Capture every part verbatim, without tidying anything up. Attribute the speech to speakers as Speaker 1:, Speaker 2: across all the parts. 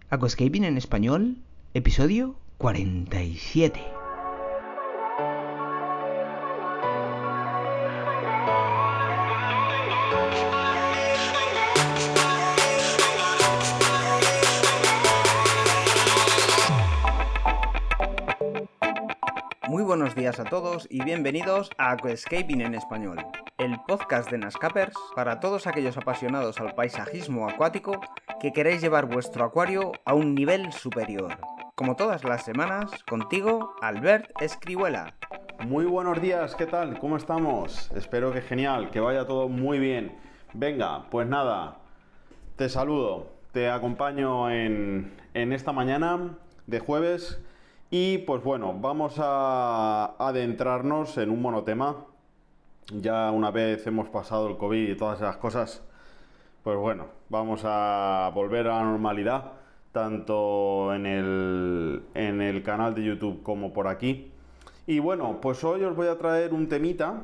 Speaker 1: Aquascaping en español, episodio cuarenta y siete. Muy buenos días a todos y bienvenidos a Aquascaping en español, el podcast de Nascapers para todos aquellos apasionados al paisajismo acuático que queréis llevar vuestro acuario a un nivel superior. Como todas las semanas, contigo, Albert Escrihuela.
Speaker 2: Muy buenos días, ¿qué tal? ¿Cómo estamos? Espero que genial, que vaya todo muy bien. Venga, pues nada, te saludo, te acompaño en, en esta mañana de jueves y pues bueno, vamos a adentrarnos en un monotema. Ya una vez hemos pasado el COVID y todas esas cosas, pues bueno, vamos a volver a la normalidad, tanto en el, en el canal de YouTube como por aquí. Y bueno, pues hoy os voy a traer un temita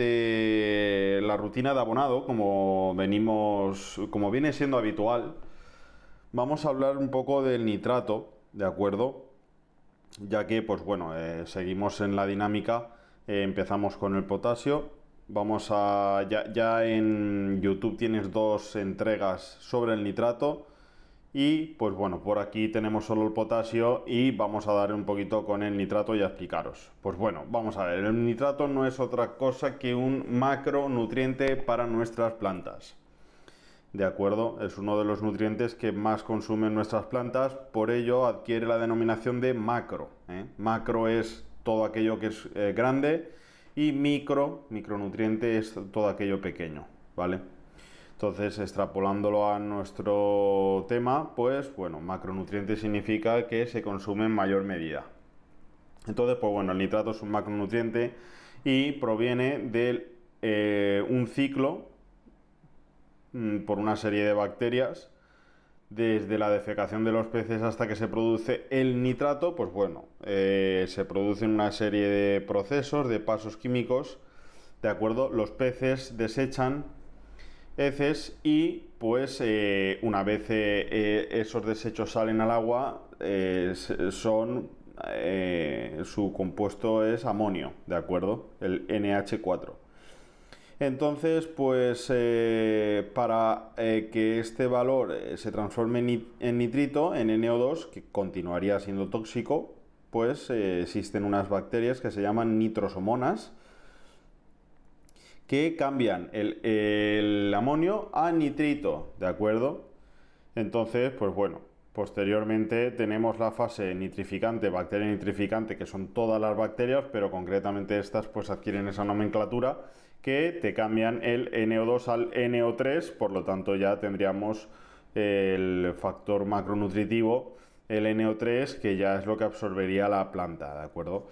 Speaker 2: de la rutina de abonado, como venimos, como viene siendo habitual. Vamos a hablar un poco del nitrato, ¿de acuerdo? Ya que, pues bueno, eh, seguimos en la dinámica, eh, empezamos con el potasio. Vamos a... Ya, ya en YouTube tienes dos entregas sobre el nitrato. Y pues bueno, por aquí tenemos solo el potasio y vamos a dar un poquito con el nitrato y a explicaros. Pues bueno, vamos a ver, el nitrato no es otra cosa que un macronutriente para nuestras plantas. ¿De acuerdo? Es uno de los nutrientes que más consumen nuestras plantas, por ello adquiere la denominación de macro. ¿eh? Macro es todo aquello que es eh, grande y micro, micronutriente es todo aquello pequeño, ¿vale? Entonces, extrapolándolo a nuestro tema, pues bueno, macronutriente significa que se consume en mayor medida. Entonces, pues bueno, el nitrato es un macronutriente y proviene de eh, un ciclo mmm, por una serie de bacterias. Desde la defecación de los peces hasta que se produce el nitrato, pues bueno, eh, se producen una serie de procesos, de pasos químicos, ¿de acuerdo? Los peces desechan heces y pues eh, una vez eh, eh, esos desechos salen al agua, eh, son eh, su compuesto es amonio, ¿de acuerdo? El N H cuatro. Entonces, pues eh, para eh, que este valor eh, se transforme en, en nitrito, en N O dos, que continuaría siendo tóxico, pues eh, existen unas bacterias que se llaman nitrosomonas, que cambian el, el amonio a nitrito, ¿de acuerdo? Entonces, pues bueno, posteriormente tenemos la fase nitrificante, bacteria nitrificante, que son todas las bacterias, pero concretamente estas pues adquieren esa nomenclatura que te cambian el N O dos al N O tres, por lo tanto ya tendríamos el factor macronutritivo, el N O tres, que ya es lo que absorbería la planta, ¿de acuerdo?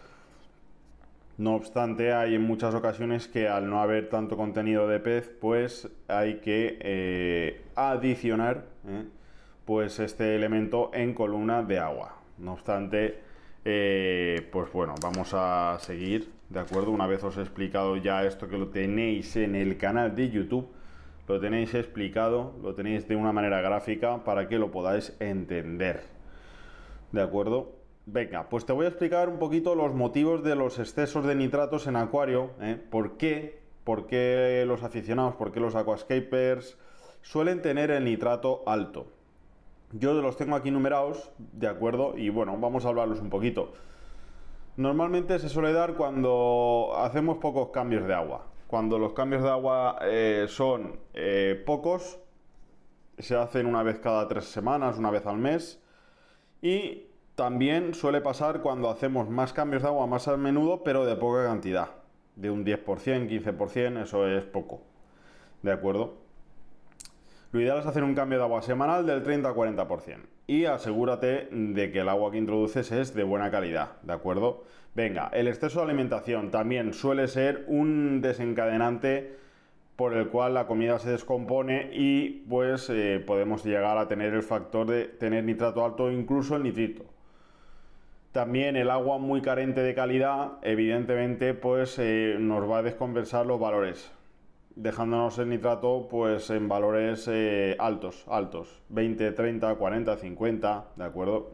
Speaker 2: No obstante, hay en muchas ocasiones que al no haber tanto contenido de pez, pues hay que eh, adicionar ¿eh? pues este elemento en columna de agua. No obstante, eh, pues bueno, vamos a seguir, ¿de acuerdo? Una vez os he explicado ya esto, que lo tenéis en el canal de YouTube, lo tenéis explicado, lo tenéis de una manera gráfica para que lo podáis entender, ¿de acuerdo? Venga, pues te voy a explicar un poquito los motivos de los excesos de nitratos en acuario, ¿eh? ¿Por qué? ¿Por qué los aficionados, por qué los aquascapers suelen tener el nitrato alto? Yo los tengo aquí numerados, ¿de acuerdo? Y bueno, vamos a hablarlos un poquito. Normalmente se suele dar cuando hacemos pocos cambios de agua. Cuando los cambios de agua eh, son eh, pocos, se hacen una vez cada tres semanas, una vez al mes. Y también suele pasar cuando hacemos más cambios de agua más a menudo, pero de poca cantidad. De un diez por ciento, quince por ciento, eso es poco. ¿De acuerdo? Lo ideal es hacer un cambio de agua semanal del treinta a cuarenta por ciento. Y asegúrate de que el agua que introduces es de buena calidad, ¿de acuerdo? Venga, el exceso de alimentación también suele ser un desencadenante por el cual la comida se descompone y pues eh, podemos llegar a tener el factor de tener nitrato alto o incluso el nitrito. También el agua muy carente de calidad, evidentemente, pues eh, nos va a descompensar los valores. dejándonos el nitrato pues en valores eh, altos, altos, veinte, treinta, cuarenta, cincuenta, ¿de acuerdo?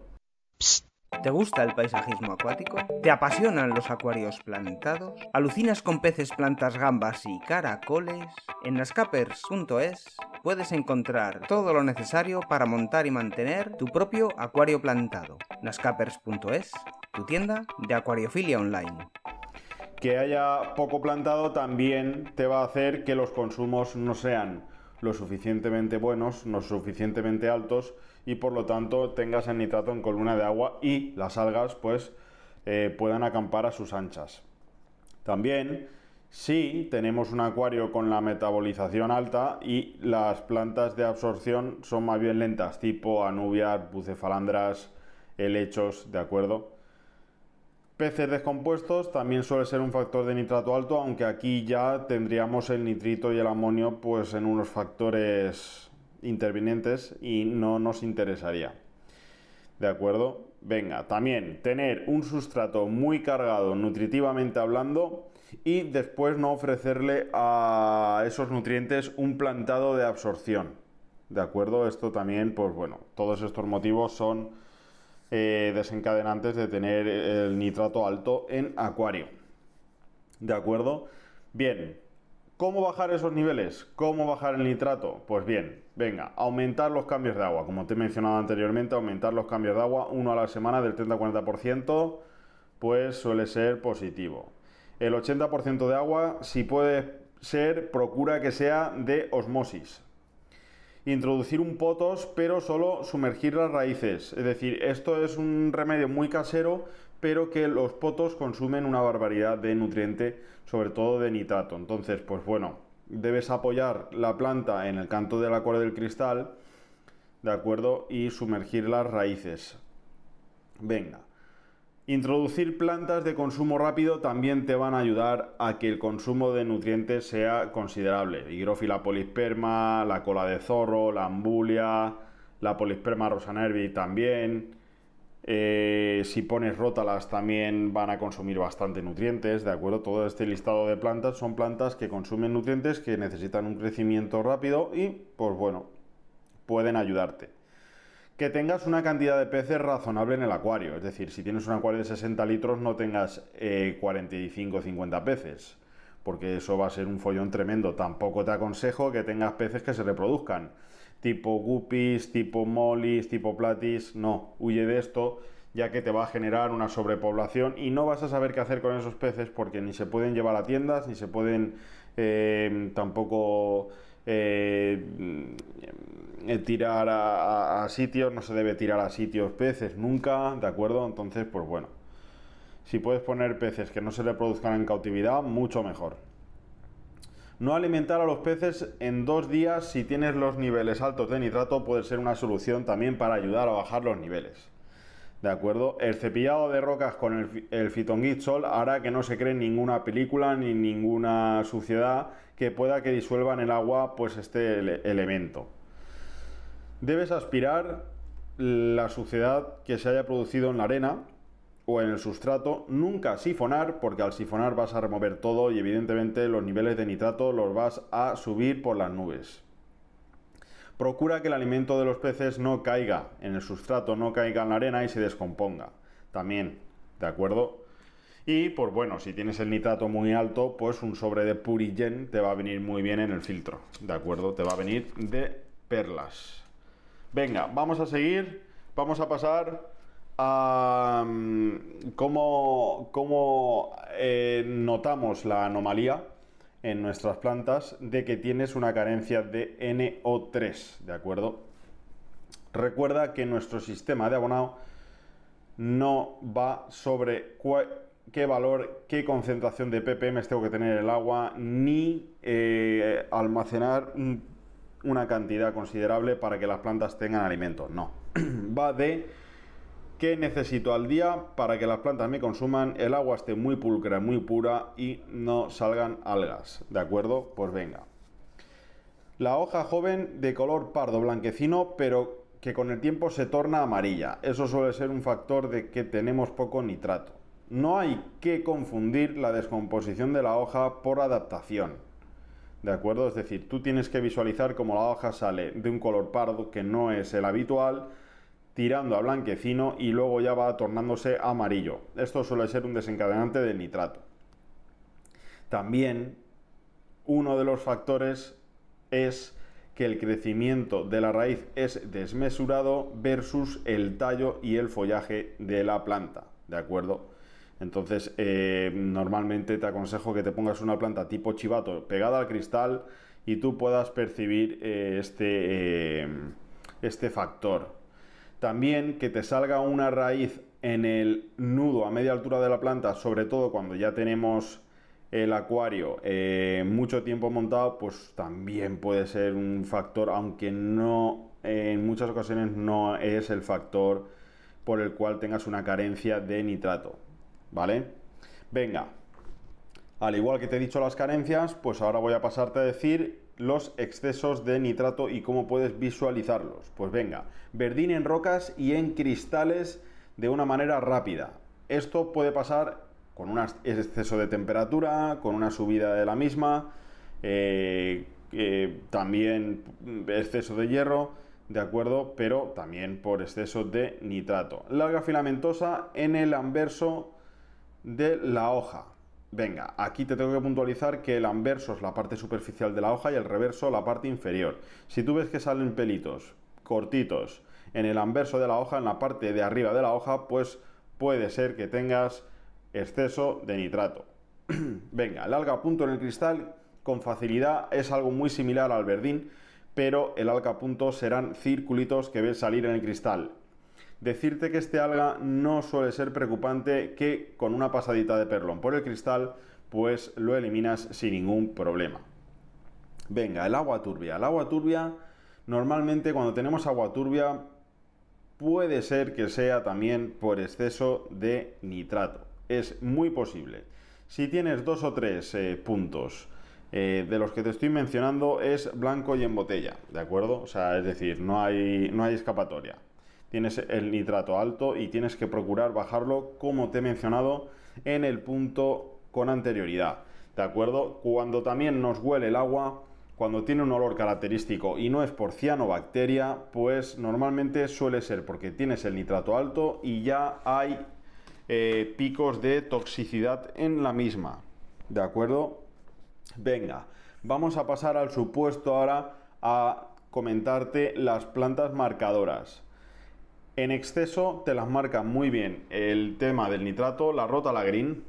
Speaker 1: ¿Te gusta el paisajismo acuático? ¿Te apasionan los acuarios plantados? ¿Alucinas con peces, plantas, gambas y caracoles? En nascapers punto es puedes encontrar todo lo necesario para montar y mantener tu propio acuario plantado. nascapers punto es, tu tienda de acuariofilia online.
Speaker 2: Que haya poco plantado también te va a hacer que los consumos no sean lo suficientemente buenos, no suficientemente altos, y por lo tanto tengas el nitrato en columna de agua y las algas pues eh, puedan acampar a sus anchas. También, si tenemos un acuario con la metabolización alta y las plantas de absorción son más bien lentas, tipo anubias, bucefalandras, helechos, ¿de acuerdo? Peces descompuestos también suele ser un factor de nitrato alto, aunque aquí ya tendríamos el nitrito y el amonio pues en unos factores intervinientes y no nos interesaría. ¿De acuerdo? Venga, también tener un sustrato muy cargado nutritivamente hablando y después no ofrecerle a esos nutrientes un plantado de absorción. ¿De acuerdo? Esto también, pues bueno, todos estos motivos son Eh, desencadenantes de tener el nitrato alto en acuario. ¿De acuerdo? Bien, ¿cómo bajar esos niveles? ¿Cómo bajar el nitrato? Pues bien, venga, aumentar los cambios de agua. Como te he mencionado anteriormente, aumentar los cambios de agua uno a la semana del treinta a cuarenta por ciento, pues suele ser positivo. El ochenta por ciento de agua, si puede ser, procura que sea de osmosis. Introducir un potos, pero solo sumergir las raíces. Es decir, esto es un remedio muy casero, pero que los potos consumen una barbaridad de nutriente, sobre todo de nitrato. Entonces, pues bueno, debes apoyar la planta en el canto del acuario del cristal, ¿de acuerdo? Y sumergir las raíces. Venga. Introducir plantas de consumo rápido también te van a ayudar a que el consumo de nutrientes sea considerable. Higrófila polisperma, la cola de zorro, la ambulia, la polisperma rosanervi también. Eh, si pones rótalas también van a consumir bastante nutrientes, ¿de acuerdo? Todo este listado de plantas son plantas que consumen nutrientes, que necesitan un crecimiento rápido y, pues bueno, pueden ayudarte. Que tengas una cantidad de peces razonable en el acuario. Es decir, si tienes un acuario de sesenta litros, no tengas eh, cuarenta y cinco o cincuenta peces, porque eso va a ser un follón tremendo. Tampoco te aconsejo que tengas peces que se reproduzcan, tipo guppies, tipo mollies, tipo platis. No, huye de esto, ya que te va a generar una sobrepoblación y no vas a saber qué hacer con esos peces, porque ni se pueden llevar a tiendas, ni se pueden eh, tampoco eh, tirar a, a, a sitios. No se debe tirar a sitios peces nunca, ¿de acuerdo? Entonces, pues bueno, si puedes poner peces que no se reproduzcan en cautividad, mucho mejor. No alimentar a los peces en dos días si tienes los niveles altos de nitrato puede ser una solución también para ayudar a bajar los niveles. ¿De acuerdo? El cepillado de rocas con el, el Phytonguidsol hará que no se cree ninguna película ni ninguna suciedad que pueda que disuelva en el agua pues este ele- elemento. Debes aspirar la suciedad que se haya producido en la arena o en el sustrato, nunca sifonar, porque al sifonar vas a remover todo y evidentemente los niveles de nitrato los vas a subir por las nubes. Procura que el alimento de los peces no caiga en el sustrato, no caiga en la arena y se descomponga. También, ¿de acuerdo? Y pues bueno, si tienes el nitrato muy alto, pues un sobre de Purigen te va a venir muy bien en el filtro, ¿de acuerdo? Te va a venir de perlas. Venga, vamos a seguir, vamos a pasar a um, cómo, cómo eh, notamos la anomalía en nuestras plantas de que tienes una carencia de N O tres, ¿de acuerdo? Recuerda que nuestro sistema de abonado no va sobre qué valor, qué concentración de ppm tengo que tener en el agua, ni eh, almacenar una cantidad considerable para que las plantas tengan alimento. No, va de qué necesito al día para que las plantas me consuman, el agua esté muy pulcra, muy pura y no salgan algas, ¿de acuerdo? Pues venga. La hoja joven de color pardo blanquecino, pero que con el tiempo se torna amarilla. Eso suele ser un factor de que tenemos poco nitrato. No hay que confundir la descomposición de la hoja por adaptación, ¿de acuerdo? Es decir, tú tienes que visualizar cómo la hoja sale de un color pardo, que no es el habitual, tirando a blanquecino y luego ya va tornándose amarillo. Esto suele ser un desencadenante del nitrato. También uno de los factores es que el crecimiento de la raíz es desmesurado versus el tallo y el follaje de la planta, ¿de acuerdo? Entonces, eh, normalmente te aconsejo que te pongas una planta tipo chivato pegada al cristal y tú puedas percibir eh, este, eh, este factor. También que te salga una raíz en el nudo a media altura de la planta, sobre todo cuando ya tenemos el acuario eh, mucho tiempo montado, pues también puede ser un factor, aunque no, eh, en muchas ocasiones no es el factor por el cual tengas una carencia de nitrato, ¿vale? Venga, al igual que te he dicho las carencias, pues ahora voy a pasarte a decir los excesos de nitrato y cómo puedes visualizarlos. Pues venga, verdín en rocas y en cristales de una manera rápida. Esto puede pasar con un exceso de temperatura, con una subida de la misma, eh, eh, también exceso de hierro, de acuerdo, pero también por exceso de nitrato. La alga filamentosa en el anverso de la hoja. Venga, aquí te tengo que puntualizar que el anverso es la parte superficial de la hoja y el reverso la parte inferior. Si tú ves que salen pelitos cortitos en el anverso de la hoja, en la parte de arriba de la hoja, pues puede ser que tengas exceso de nitrato. Venga, el alga a punto en el cristal con facilidad es algo muy similar al verdín, pero el alga a punto serán circulitos que ves salir en el cristal. Decirte que este alga no suele ser preocupante, que con una pasadita de perlón por el cristal pues lo eliminas sin ningún problema. Venga, el agua turbia. El agua turbia, normalmente cuando tenemos agua turbia puede ser que sea también por exceso de nitrato. Es muy posible. Si tienes dos o tres eh, puntos eh, de los que te estoy mencionando, es blanco y en botella, ¿de acuerdo? O sea, es decir, no hay, no hay escapatoria. Tienes el nitrato alto y tienes que procurar bajarlo, como te he mencionado, en el punto con anterioridad, ¿de acuerdo? Cuando también nos huele el agua, cuando tiene un olor característico y no es por cianobacteria, pues normalmente suele ser porque tienes el nitrato alto y ya hay eh, picos de toxicidad en la misma, ¿de acuerdo? Venga, vamos a pasar al supuesto ahora a comentarte las plantas marcadoras. En exceso te las marca muy bien el tema del nitrato, la Rotala green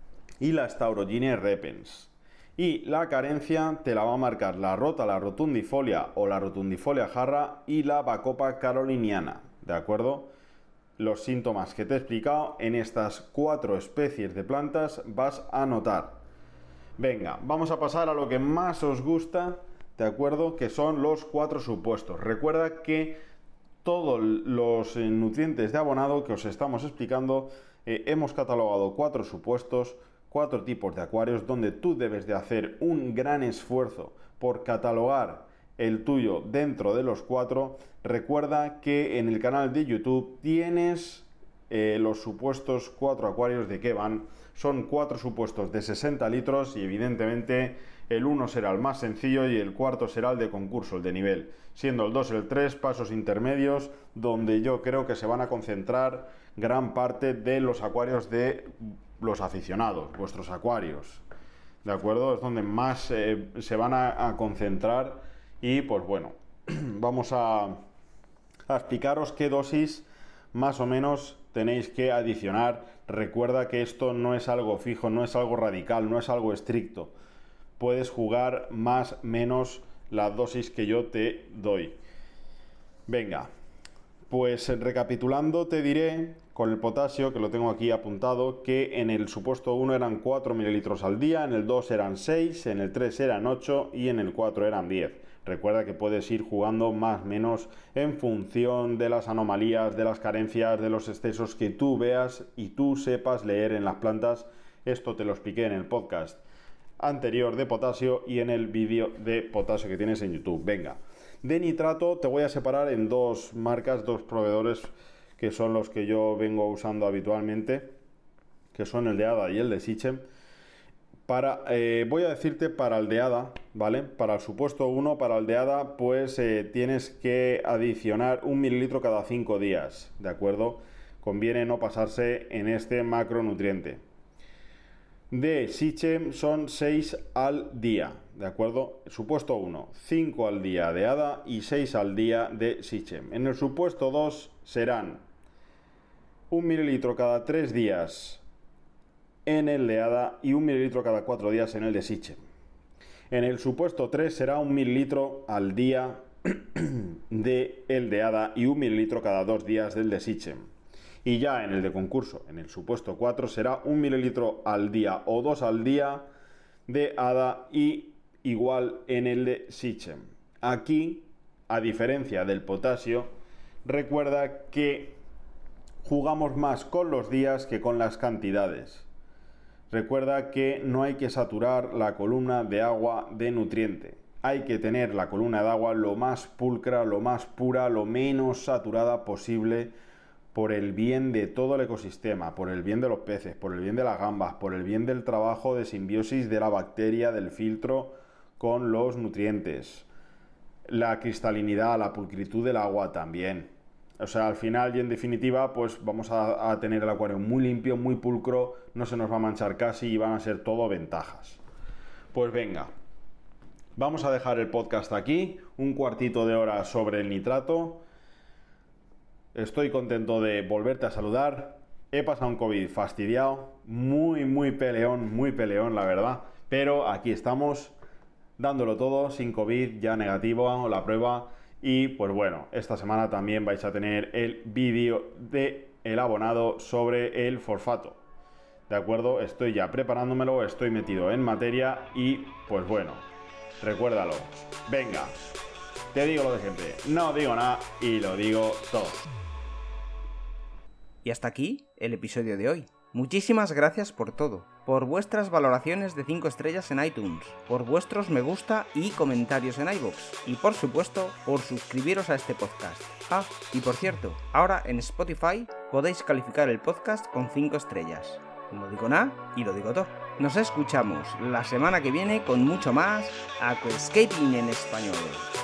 Speaker 2: y la Staurogine repens. Y la carencia te la va a marcar la Rotala rotundifolia o la rotundifolia jarra y la Bacopa caroliniana, ¿de acuerdo? Los síntomas que te he explicado en estas cuatro especies de plantas vas a notar. Venga, vamos a pasar a lo que más os gusta, ¿de acuerdo? Que son los cuatro supuestos. Recuerda que todos los nutrientes de abonado que os estamos explicando, eh, hemos catalogado cuatro supuestos, cuatro tipos de acuarios donde tú debes de hacer un gran esfuerzo por catalogar el tuyo dentro de los cuatro. Recuerda que en el canal de YouTube tienes eh, los supuestos cuatro acuarios. ¿De qué van? Son cuatro supuestos de sesenta litros y evidentemente el uno será el más sencillo y el cuarto será el de concurso, el de nivel, siendo el dos y el tres pasos intermedios donde yo creo que se van a concentrar gran parte de los acuarios de los aficionados, vuestros acuarios, ¿de acuerdo? Es donde más eh, se van a, a concentrar y pues bueno, vamos a, a explicaros qué dosis más o menos tenéis que adicionar. Recuerda que esto no es algo fijo, no es algo radical, no es algo estricto. Puedes jugar más menos la dosis que yo te doy. Venga, pues recapitulando te diré con el potasio, que lo tengo aquí apuntado, que en el supuesto uno eran cuatro mililitros al día, en el dos eran seis, en el tres eran ocho y en el cuatro eran diez. Recuerda que puedes ir jugando más menos en función de las anomalías, de las carencias, de los excesos que tú veas y tú sepas leer en las plantas. Esto te lo expliqué en el podcast anterior de potasio y en el vídeo de potasio que tienes en YouTube. Venga, de nitrato te voy a separar en dos marcas, dos proveedores que son los que yo vengo usando habitualmente, que son el de Ada y el de Sichem. Para, eh, voy a decirte para el de Ada, ¿vale? Para el supuesto uno, para el de hada, pues eh, tienes que adicionar un mililitro cada cinco días, ¿de acuerdo? Conviene no pasarse en este macronutriente. De Sichem son seis al día, ¿de acuerdo? Supuesto uno, cinco al día de hada y seis al día de Sichem. En el supuesto dos serán un mililitro cada tres días en el de hada y un mililitro cada cuatro días en el de Sichem. En el supuesto tres será un mililitro al día de el de hada y un mililitro cada dos días del de Sichem. Y ya en el de concurso, en el supuesto cuatro, será un mililitro al día o dos al día de hada y igual en el de Sichem. Aquí, a diferencia del potasio, recuerda que jugamos más con los días que con las cantidades. Recuerda que no hay que saturar la columna de agua de nutriente. Hay que tener la columna de agua lo más pulcra, lo más pura, lo menos saturada posible, por el bien de todo el ecosistema, por el bien de los peces, por el bien de las gambas, por el bien del trabajo de simbiosis de la bacteria, del filtro con los nutrientes. La cristalinidad, la pulcritud del agua también. O sea, al final y en definitiva, pues vamos a, a tener el acuario muy limpio, muy pulcro, no se nos va a manchar casi y van a ser todo ventajas. Pues venga, vamos a dejar el podcast aquí, un cuartito de hora sobre el nitrato. Estoy contento de volverte a saludar. He pasado un COVID fastidiado, muy, muy peleón, muy peleón, la verdad. Pero aquí estamos, dándolo todo, sin COVID, ya negativo, la prueba. Y pues bueno, esta semana también vais a tener el vídeo de el abonado sobre el fosfato. ¿De acuerdo? Estoy ya preparándomelo, estoy metido en materia y pues bueno, recuérdalo. Venga, te digo lo de siempre, no digo nada y lo digo todo.
Speaker 1: Y hasta aquí el episodio de hoy. Muchísimas gracias por todo, por vuestras valoraciones de cinco estrellas en iTunes, por vuestros me gusta y comentarios en iVoox, y por supuesto, por suscribiros a este podcast. Ah, y por cierto, ahora en Spotify podéis calificar el podcast con cinco estrellas. No digo nada y lo digo todo. Nos escuchamos la semana que viene con mucho más Aquascaping en español.